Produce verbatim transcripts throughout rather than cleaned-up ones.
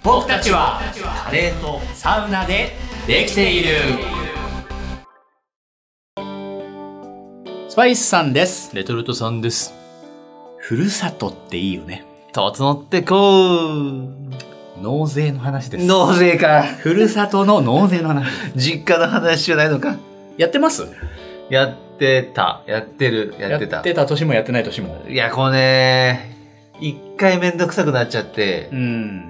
僕たちはカレーとサウナでできている。スパイスさんです。 レトルトさんです。 ふるさとっていいよね。 整ってこう。 納税の話です。 納税か。 ふるさとの納税の話。 実家の話じゃないのか。 やってます？ やってた。やってる。やってた。 やってた年もやってない年も。 いや、こうね、一回めんどくさくなっちゃって、うん、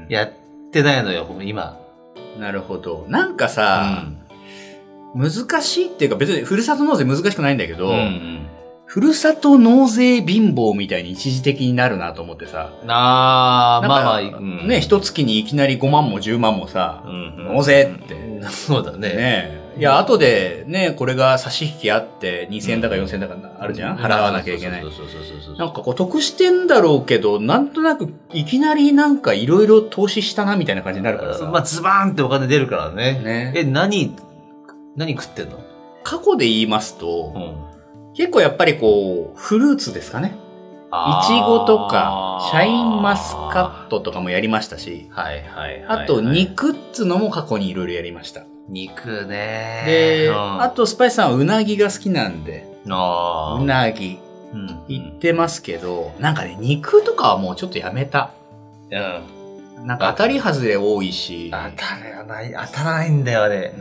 やってないのよ、今。 なるほど。なんかさ、うん、難しいっていうか別にふるさと納税難しくないんだけど、うんうん、ふるさと納税貧乏みたいに一時的になるなと思ってさ。 あー、まあまあ、 うん、ね、一月にいきなりごまんもじゅうまんもさ、うんうん、納税って。 うん、そうだね。 ねいや、後でね、これが差し引きあってにせんえんだかよんせんえんだかあるじゃん、うん、払わなきゃいけない。なんかこう得してんだろうけど、なんとなくいきなりなんかいろいろ投資したなみたいな感じになるからさ。 まあ、ズバーンってお金出るからね。ねえ、何、何食ってんの？ 過去で言いますと、うん、結構やっぱりこう、フルーツですかね。いちごとか、シャインマスカットとかもやりましたし、 はいはいはい、 はい。あと、肉っつのも過去にいろいろやりました。 肉ね。 で、うん、あと、スパイスさんはうなぎが好きなんで、あうなぎ、うん、言ってますけど、なんかね、肉とかはもうちょっとやめた。うん。なんか当たり外れ多いし。 当たらない、当たらないんだよ、あれ。 うん。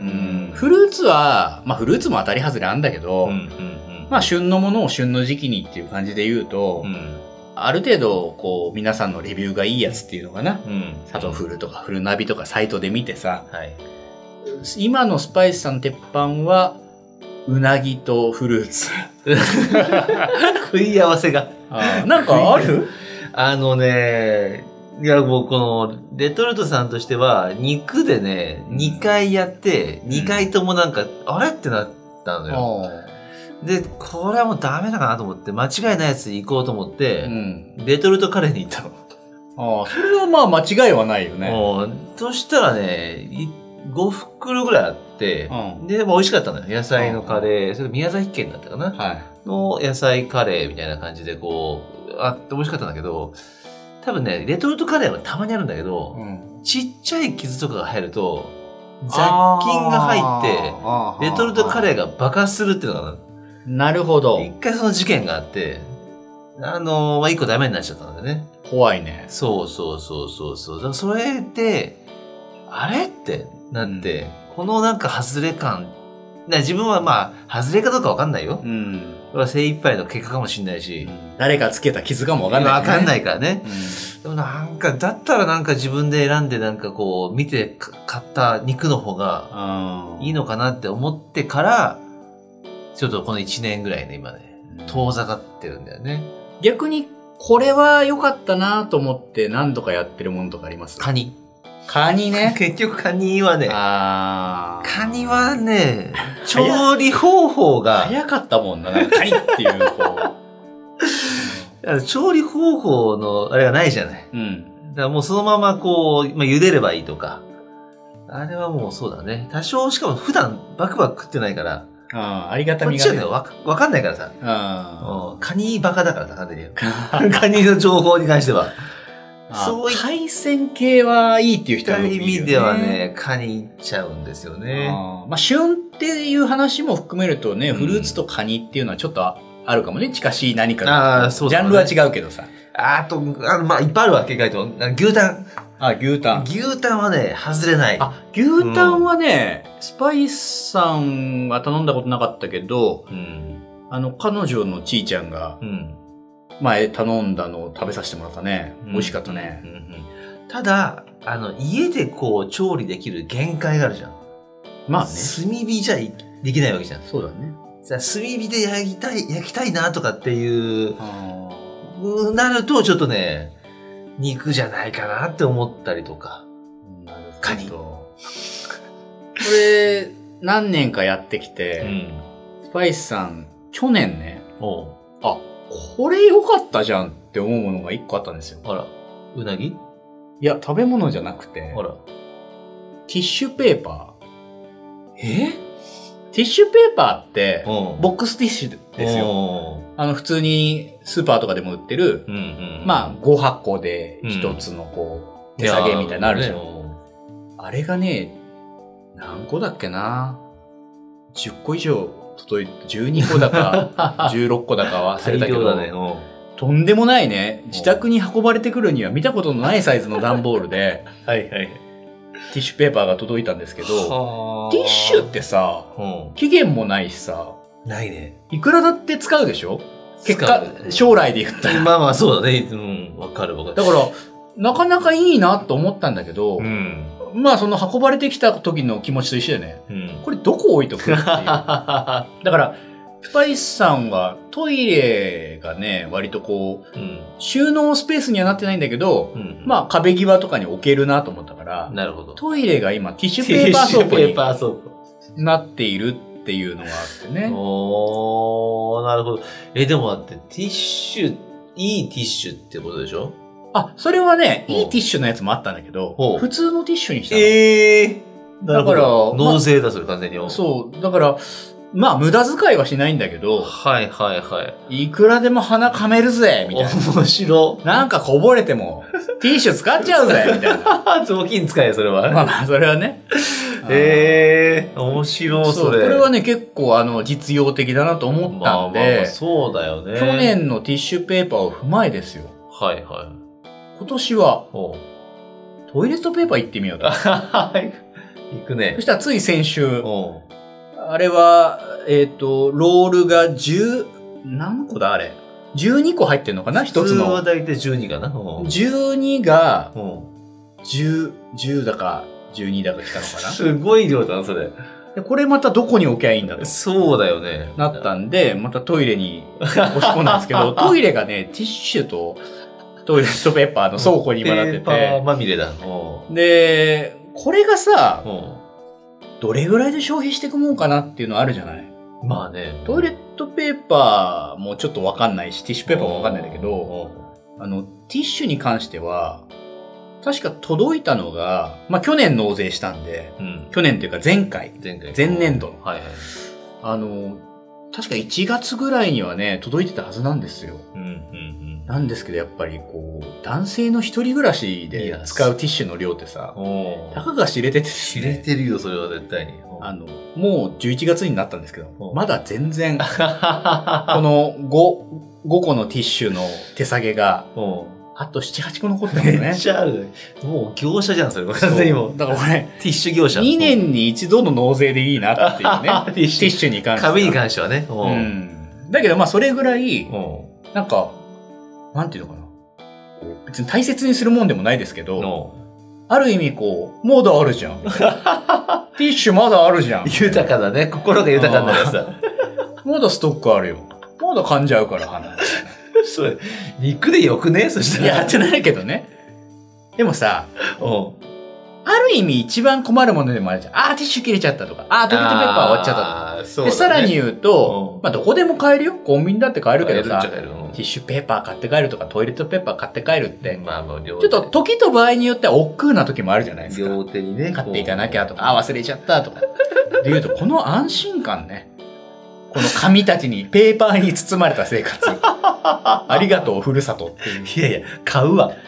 フルーツは、まあフルーツも当たり外れあんだけど、うんうんうん、まあ旬のものを旬の時期にっていう感じで言うと、うん、ある程度、こう、皆さんのレビューがいいやつっていうのかな。うん。サトフルとかフルナビとかサイトで見てさ、はい。今のスパイスさん鉄板は、うなぎとフルーツ。 食い合わせが。 あなんかある？ あのね、いや、もうこの、レトルトさんとしては、肉でね、にかいやって、にかいともなんか、うん、あれってなったのよ。で、これはもうダメだなと思って、間違いないやつに行こうと思って、うん、レトルトカレーに行ったの。 ああ、それはまあ間違いはないよね。 そしたらね、ご袋ぐらいあって、うん、で、まあ美味しかったのよ。野菜のカレー、それ宮崎県だったかな、はい、の野菜カレーみたいな感じでこう、あって美味しかったんだけど、多分ね、レトルトカレーはたまにあるんだけど、うん、ちっちゃい傷とかが入ると、雑菌が入って、レトルトカレーが爆発するっていうのかな。なるほど。 一回その事件があって、あのー、まあ、一個ダメになっちゃったんだよね。 怖いね。 そうそうそうそうそう。だからそれで、あれってなって、うん、このなんか外れ感、自分はまあ、外れかどうかわかんないよ。うん。精一杯の結果かもしれないし、うん、 誰がつけた傷かもわかんない、 ね。わかんないからね。うん、でもなんか、だったらなんか自分で選んでなんかこう、見て買った肉の方がいいのかなって思ってから、ちょっとこのいちねんぐらいね、今ね、遠ざかってるんだよね。 逆に、これは良かったなと思って何度かやってるものとかあります？ カニ。 カニね。 結局カニはね、あカニはね、調理方法が。 早かったもんな、なんかカニっていう、こう。調理方法の、あれがないじゃない。うん。だからもうそのままこう、まあ、茹でればいいとか。あれはもうそうだね。多少、しかも普段バクバク食ってないから。 ああ、ありがたみが、ね。こっちはね、わか、わかんないからさ。あカニバカだからさ、完全に。カニの情報に関しては。 そういう海鮮系はいいっていう人はいるよね。 そういう意味ではね、カニいっちゃうんですよね。 あまあ、旬っていう話も含めるとね、うん、フルーツとカニっていうのはちょっとあるかもね。近しい何かああ、そうジャンルは違うけどさ。 あと、あの、まあ、いっぱいあるわけ、意外と。牛タン。 あ、牛タン。 牛タンはね、外れない。 あ、牛タンはね、うん、スパイスさんは頼んだことなかったけど、うん、あの、彼女のちーちゃんが、うん前頼んだのを食べさせてもらったね。美味しかったね。うんうんうん、 ただ、あの、家でこう調理できる限界があるじゃん。 まあね。 炭火じゃできないわけじゃん。 そうだね。 炭火で焼きたい、焼きたいなとかっていう、なるとちょっとね、肉じゃないかなって思ったりとか。 なるほど。カニ。これ、何年かやってきて、うん、スパイスさん、去年ね、おうあ、これ良かったじゃんって思うものが一個あったんですよ。 あら。うなぎ？いや、食べ物じゃなくて、あら。ティッシュペーパー。えティッシュペーパーって、ボックスティッシュですよ。あの、普通にスーパーとかでも売ってる、うんうん、まあ、ご箱で一つのこう、手提げみたいなのあるじゃん。 あれがね、何個だっけな。じゅっこ以上届いて、じゅうにこだか、じゅうろっこだか忘れたけど、ね、とんでもないね。自宅に運ばれてくるには見たことのないサイズの段ボールで、 はいはい。 ティッシュペーパーが届いたんですけど、ティッシュってさ、期限もないしさ、 ないね。 いくらだって使うでしょ結果、将来で言ったら。 まあまあそうだね。うん、わかるわかる。 だから、なかなかいいなと思ったんだけど、うん、まあその運ばれてきた時の気持ちと一緒だよね。うん、これどこ置いとくっていう。だから、スパイスさんはトイレがね、割とこう、うん、収納スペースにはなってないんだけど、うん、まあ壁際とかに置けるなと思ったから、 なるほど。 トイレが今ティッシュペーパー倉庫になっているっていうのがあってね。 おー、なるほど。え、でも待って、ティッシュ、いいティッシュってことでしょ？ あ、それはね、いいティッシュのやつもあったんだけど、普通のティッシュにしたの。 ええー。 だから、 納税だ、それ完全に。 そう。だから、まあ、無駄遣いはしないんだけど、 はいはいはい。 いくらでも鼻噛めるぜ、みたいな。 面白。 なんかこぼれても、ティッシュ使っちゃうぜ、みたいな。 雑巾使え、それは。 まあまあ、それはね。 ええー、面白い、それ。 これはね、結構、あの、実用的だなと思ったんで、まあまあまあそうだよね。 去年のティッシュペーパーを踏まえですよ。 はいはい。 今年は、トイレットペーパー行ってみようと。 行くね。 そしたらつい先週、あれは、えっと、ロールがじゅう、何個だあれ。じゅうにこ入ってんのかな一つの。 普通は大体じゅうにかな。 じゅうにが、じゅう、じゅうだか、じゅうにだか来たのかな。 すごい量だな、それ。 でこれまたどこに置きゃいいんだと。 そうだよね。 なったんで、またトイレに押し込んだんですけど、トイレがね、ティッシュとトイレットペーパーの倉庫に今なってて。 ペーパーまみれだ。 で、これがさ、どれぐらいで消費していくもんかなっていうのあるじゃない。 まあね。 トイレットペーパーもちょっとわかんないし、ティッシュペーパーもわかんないんだけど、あの、ティッシュに関しては、確か届いたのが、まあ去年納税したんで、うん、去年っていうか前回、前回前年度の、はいはい、あの、確かいちがつぐらいにはね、届いてたはずなんですよ。うんうんうん、なんですけど、やっぱりこう、男性の一人暮らしで使うティッシュの量ってさ、たかが知れてて、ね、 知れてるよ、それは絶対に。 あの、もうじゅういちがつになったんですけど、まだ全然、この 5, 5個のティッシュの手下げが、あとなな、はちこ残ってるのね。 めっちゃある。もう業者じゃん、それ。完全にもう。 だからこれ、 ティッシュ業者。 にねんに一度の納税でいいなっていうね。ティッシュに関しては。 紙に関してはね。 うん。だけどまあそれぐらい、なんか、なんていうのかな。別に大切にするもんでもないですけど、ある意味こう、まだあるじゃん。ティッシュまだあるじゃん。 豊かだね。心が豊かになるやつだ。 まだストックあるよ。まだ噛んじゃうから、鼻。 それ、肉でよくねそしたら。 いや、やってないけどね。でもさ、ある意味一番困るものでもあるじゃん。あー、ティッシュ切れちゃったとか、あー、トイレットペーパー終わっちゃったとか。で、さらに言うと、まあ、どこでも買えるよ。コンビニだって買えるけどさ、ティッシュペーパー買って帰るとか、トイレットペーパー買って帰るって、まあもうちょっと時と場合によっては億劫な時もあるじゃないですか。 両手にね。 買っていかなきゃとか、あー、忘れちゃったとか。で言うと、この安心感ね。この紙たちに、ペーパーに包まれた生活。ありがとう、ふるさとっていう。 いやいや、買うわ。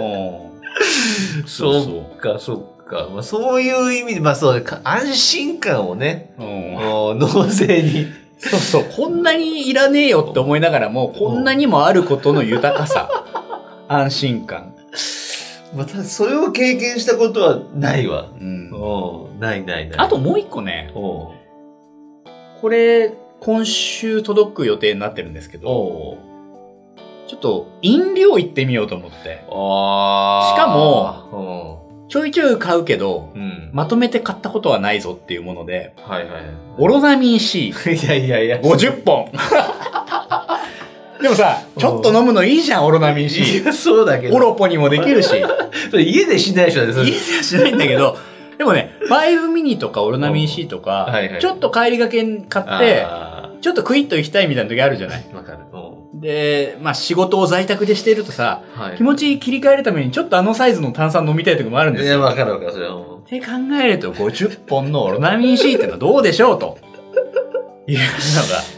そうか、そうか。まあ、そういう意味で、まあそう、安心感をね、納税に。 そうそう、こんなにいらねえよって思いながらも、こんなにもあることの豊かさ。安心感。 まあ、ただそれを経験したことはないわ。うん。ないないない。 あともう一個ね。これ、今週届く予定になってるんですけど、ちょっと飲料行ってみようと思って。あしかも、ちょいちょい買うけど、うん、まとめて買ったことはないぞっていうもので、はいはい、オロナミン C。 いやいやいや。 ごじゅっぽん。でもさ、ちょっと飲むのいいじゃん、オロナミン C。 いや、そうだけど。 オロポにもできるし。 家でしないでしょ、 家ではしないんだけど、でもね、ファイブミニとかオロナミン C とか、はいはい、ちょっと帰りがけに買って、ちょっとクイッと行きたいみたいな時あるじゃない。わかる。で、まあ仕事を在宅でしているとさ、はい、気持ち切り替えるためにちょっとあのサイズの炭酸飲みたい時もあるんですよ。 いや、わかるわかる、それは。 って考えるとごじゅっぽんのオロナミン C ってのはどうでしょうと。いうのが。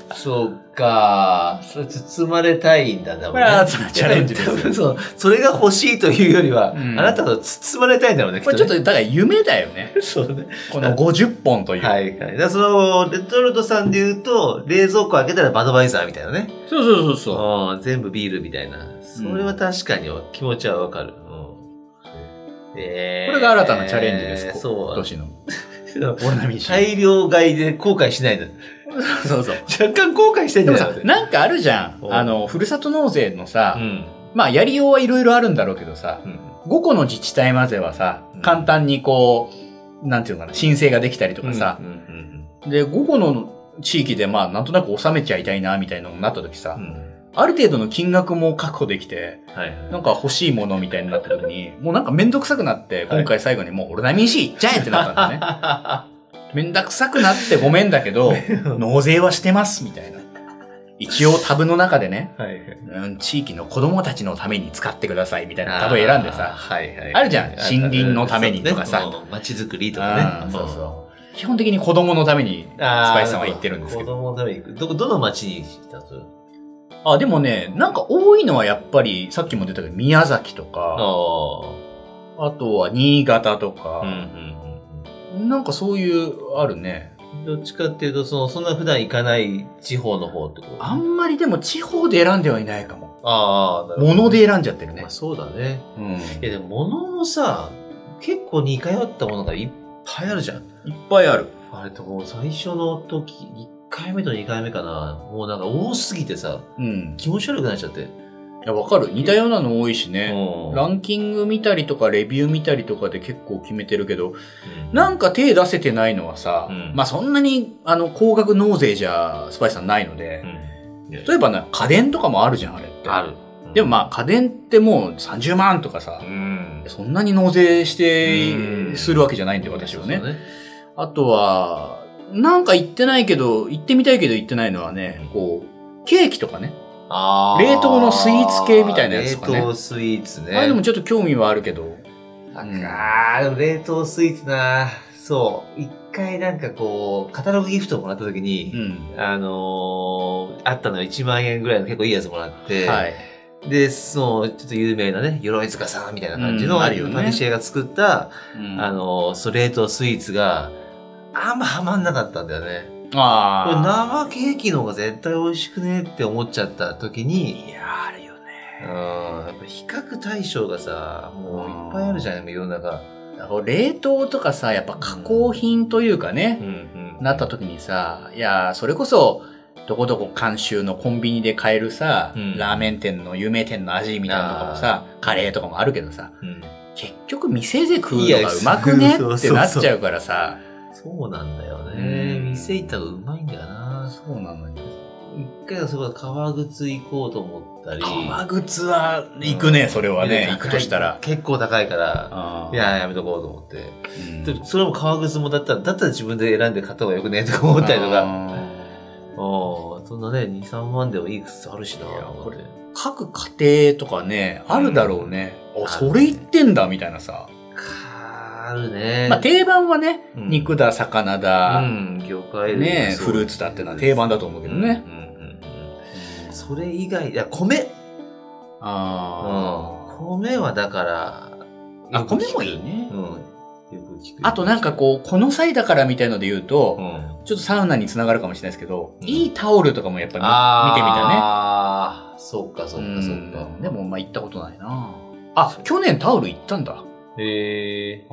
そうか。それ包まれたいんだ、多分、ね。 これはチャレンジですよ。 そう。それが欲しいというよりは、うん、あなたは包まれたいんだろうね、 これちょっと、だから夢だよね。 そうね。 このごじゅっぽんという。 はいはい。だからその、レトルトさんで言うと、冷蔵庫開けたらバドバイザーみたいなね。 そうそうそうそう。全部ビールみたいな。それは確かに気持ちはわかる。うん。 えー、これが新たなチャレンジです、そう。今年の。 大量買いで後悔しないの。 そうそう。 若干後悔してんじゃないでもさ、なんかあるじゃん。あの、ふるさと納税のさ、うん、まあ、やりようはいろいろあるんだろうけどさ、うん、ごこの自治体まではさ、簡単にこう、なんていうのかな、申請ができたりとかさ、で、ごこの地域でまあ、なんとなく収めちゃいたいな、みたいなのになった時さ、うん、ある程度の金額も確保できて、はいはい、なんか欲しいものみたいになった時に、もうなんかめんどくさくなって、今回最後にもうオロナミン C じゃえってなったんだね。めんどくさくなってごめんだけど、納税はしてます、みたいな。一応タブの中でね、はいはい、地域の子供たちのために使ってください、みたいなタブ選んでさ、はいはい、あるじゃん。森林のためにとかさ。 街づくりとかね。 そうそう。基本的に子供のために、スパイスさんは言ってるんですけど。 子供のために行く。ど、どの街にしたと？ あ、でもね、なんか多いのはやっぱり、さっきも出たけど、宮崎とか、あ, あとは新潟とか、うんうんうん、なんかそういう、あるね。 どっちかっていうと、その、そんな普段行かない地方の方ってこと？ あんまりでも地方で選んではいないかも。 ああ、なるほど。 物で選んじゃってるね。 まあ、そうだね。うん。いやでも物もさ、結構似通ったものがいっぱいあるじゃん。 いっぱいある。 あれともう最初の時、いっかいめとにかいめかな。もうなんか多すぎてさ、うん、気持ち悪くなっちゃって。 いや、わかる。似たようなの多いしね、うん。ランキング見たりとか、レビュー見たりとかで結構決めてるけど、うん、なんか手出せてないのはさ、うん、まあそんなに、あの、高額納税じゃ、スパイスさんないので、うん、例えばね、家電とかもあるじゃん、あれって。 ある。 うん、でもまあ、家電ってもうさんじゅうまんとかさ、うん、そんなに納税して、するわけじゃないんで、私はね。ねあとは、なんか行ってないけど、行ってみたいけど行ってないのはね、こう、ケーキとかね。あ冷凍のスイーツ系みたいなやつとかね。 冷凍スイーツね。 あれでもちょっと興味はあるけど。 あ、うん、あでも冷凍スイーツなそう。一回なんかこう、カタログギフトをもらった時に、うん、あのー、あったのよいちまんえんぐらいの結構いいやつもらって、はい、で、そう、ちょっと有名なね、鎧塚さんみたいな感じの、うん、あるよね、パティシエが作った、うん、あのー、そう、冷凍スイーツが、あんまハマんなかったんだよね。ああ。これ生ケーキの方が絶対美味しくねって思っちゃった時に。 いや、あるよね。 うん。やっぱ比較対象がさ、もういっぱいあるじゃん、世の中。 冷凍とかさ、やっぱ加工品というかね、うんうんうん、なった時にさ、いや、それこそ、どこどこ監修のコンビニで買えるさ、うん、ラーメン店の有名店の味みたいなのとかもさ、カレーとかもあるけどさ、うん、結局店で食うのがうまくねってなっちゃうからさ、 そうなんだよね。店行ったらうまいんだよな。 そうなのよ。 一回はそこで革靴行こうと思ったり。 革靴は行くね、それはね。行くとしたら。 結構高いから、いや、やめとこうと思って。うん、それも革靴もだったら、だったら自分で選んで買った方がよくねとか思ったりとか。ああ、そんなね、に、さんまんでもいい靴あるしな。 これ各家庭とかね、あるだろうね。うん、それ言ってんだ、みたいなさ。 あるね。 まあ定番はね、うん、肉だ、魚だ、 うん、魚介類ね、フルーツだってのは定番だと思うけどね。うんうんうん、それ以外、いや、米。 ああ、 うん。米はだから、 あ、米もいいね。 うん。よく聞く。 あとなんかこう、この際だからみたいので言うと、うん、ちょっとサウナにつながるかもしれないですけど、うん、いいタオルとかもやっぱり見てみたね。 ああ、そっかそっかそっか。 でもまあ行ったことないな。あ、去年タオル行ったんだ。 へえ。 うん。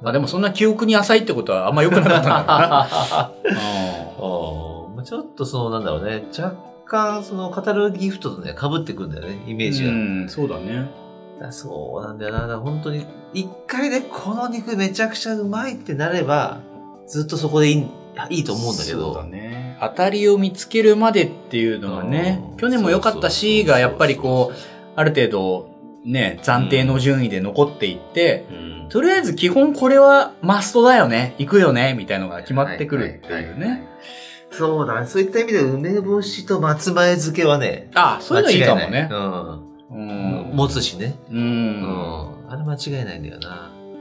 あ、でもそんな記憶に浅いってことはあんま良くなかったんだろうな。 うん。ちょっとそのなんだろうね。若干そのカタログギフトとね、被ってくるんだよね、イメージが。 うん、そうだね。 だそうなんだよな。だ本当に、一回でこの肉めちゃくちゃうまいってなれば、ずっとそこでいい、いいと思うんだけど。 そうだね。当たりを見つけるまでっていうのがね、去年も良かったし、がやっぱりこう、ある程度、ね、暫定の順位で残っていって、うん、とりあえず基本これはマストだよね、行くよね、みたいなのが決まってくるっていうね。はいはいはい、 そうだね。そういった意味で梅干しと松前漬けはね。 ああ、そういうのいいかもね。 うん。うん。持つしね。うん。うん。あれ間違いないんだよな。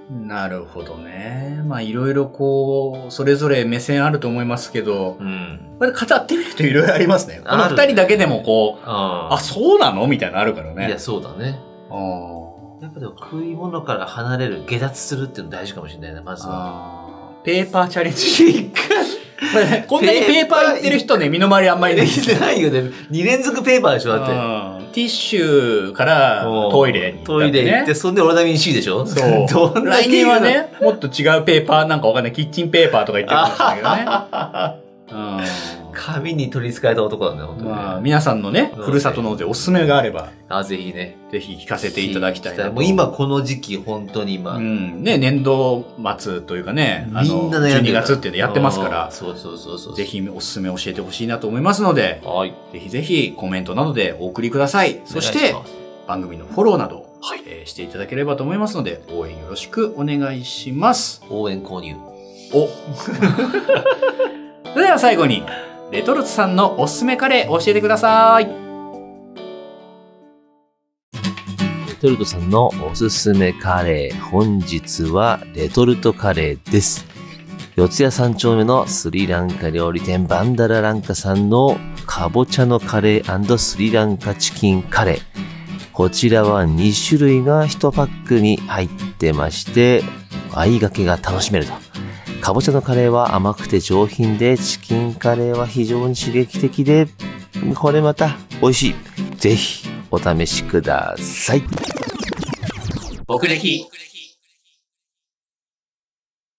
なるほどね。まあいろいろこう、それぞれ目線あると思いますけど、うん。これ語ってみるといろいろありますね。この二人だけでもこう、あ, あ、そうなのみたいなのあるからね。 いや、そうだね。あやっぱでも食い物から離れる、下脱するっていうの大事かもしれないね、まずは。 ペーパーチャレンジ。こんなにペーパー言ってる人ね、身の回りあんまりない。ないよね。に連続ペーパーでしょ、だって。 ティッシュからトイレに行って、ね。 トイレ行って、そんでオロナミン C でしょ。 そう。来年はね、もっと違うペーパーなんかわかんない。キッチンペーパーとか言ってるかもしれないけどね。うん、 紙に取り憑かれた男なんだよ、本当に、ね。まあ、皆さんのね、ふるさと納税おすすめがあれば。 あ、ぜひね。 ぜひ聞かせていただきたいな。 もう今この時期、本当に今。 うん。ね、年度末というかね、あの、みんなじゅうにがつっていうのやってますから。 そうそうそうそう。 ぜひおすすめ教えてほしいなと思いますので、はい。ぜひぜひコメントなどでお送りください。そして、番組のフォローなど、はい、えー、していただければと思いますので、応援よろしくお願いします。 応援購入。 おそれでは最後に、レトルトさんのおすすめカレー教えてください。 レトルトさんのおすすめカレー、本日はレトルトカレーです。四谷三丁目のスリランカ料理店バンダラランカさんのかぼちゃのカレー&スリランカチキンカレー。こちらはに種類がいちパックに入ってまして、相掛けが楽しめると。かぼちゃのカレーは甘くて上品で、チキンカレーは非常に刺激的で、これまた美味しい。ぜひお試しください。 僕歴